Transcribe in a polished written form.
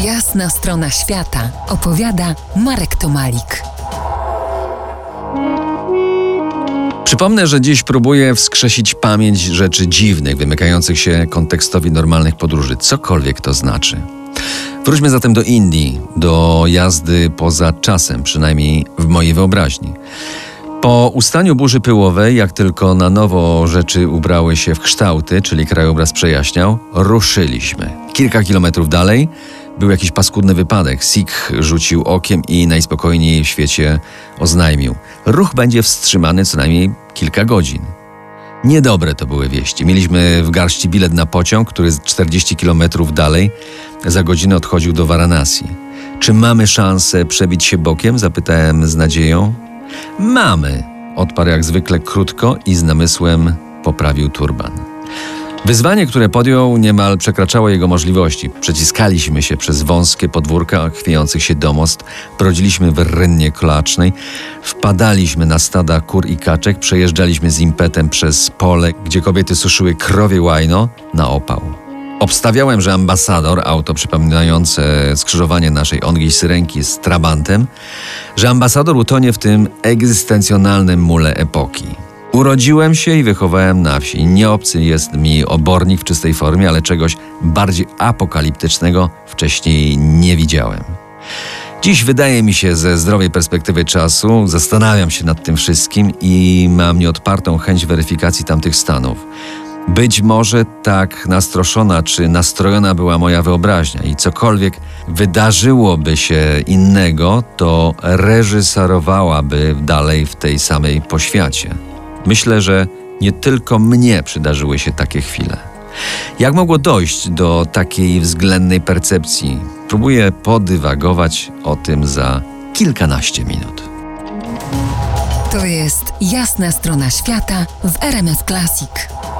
Jasna strona świata opowiada Marek Tomalik. Przypomnę, że dziś próbuję wskrzesić pamięć rzeczy dziwnych, wymykających się kontekstowi normalnych podróży, cokolwiek to znaczy. Wróćmy zatem do Indii, do jazdy poza czasem, przynajmniej w mojej wyobraźni. Po ustaniu burzy pyłowej, jak tylko na nowo rzeczy ubrały się w kształty, czyli krajobraz przejaśniał, ruszyliśmy. Kilka kilometrów dalej był jakiś paskudny wypadek. Sikh rzucił okiem i najspokojniej w świecie oznajmił: ruch będzie wstrzymany co najmniej kilka godzin. Niedobre to były wieści. Mieliśmy w garści bilet na pociąg, który 40 kilometrów dalej za godzinę odchodził do Varanasi. Czy mamy szansę przebić się bokiem? Zapytałem z nadzieją. Mamy, odparł jak zwykle krótko i z namysłem poprawił turban. Wyzwanie, które podjął, niemal przekraczało jego możliwości. Przeciskaliśmy się przez wąskie podwórka chwiejących się domostw, brodziliśmy w rynnie kolacznej, wpadaliśmy na stada kur i kaczek, przejeżdżaliśmy z impetem przez pole, gdzie kobiety suszyły krowie łajno, na opał. Obstawiałem, że ambasador, auto przypominające skrzyżowanie naszej Ongi Syrenki z Trabantem, że ambasador utonie w tym egzystencjonalnym mule epoki. Urodziłem się i wychowałem na wsi. Nieobcy jest mi obornik w czystej formie, ale czegoś bardziej apokaliptycznego wcześniej nie widziałem. Dziś wydaje mi się, ze zdrowej perspektywy czasu, zastanawiam się nad tym wszystkim i mam nieodpartą chęć weryfikacji tamtych stanów. Być może tak nastroszona czy nastrojona była moja wyobraźnia i cokolwiek wydarzyłoby się innego, to reżyserowałaby dalej w tej samej poświacie. Myślę, że nie tylko mnie przydarzyły się takie chwile. Jak mogło dojść do takiej względnej percepcji? Próbuję podywagować o tym za kilkanaście minut. To jest Jasna strona świata w RMF Classic.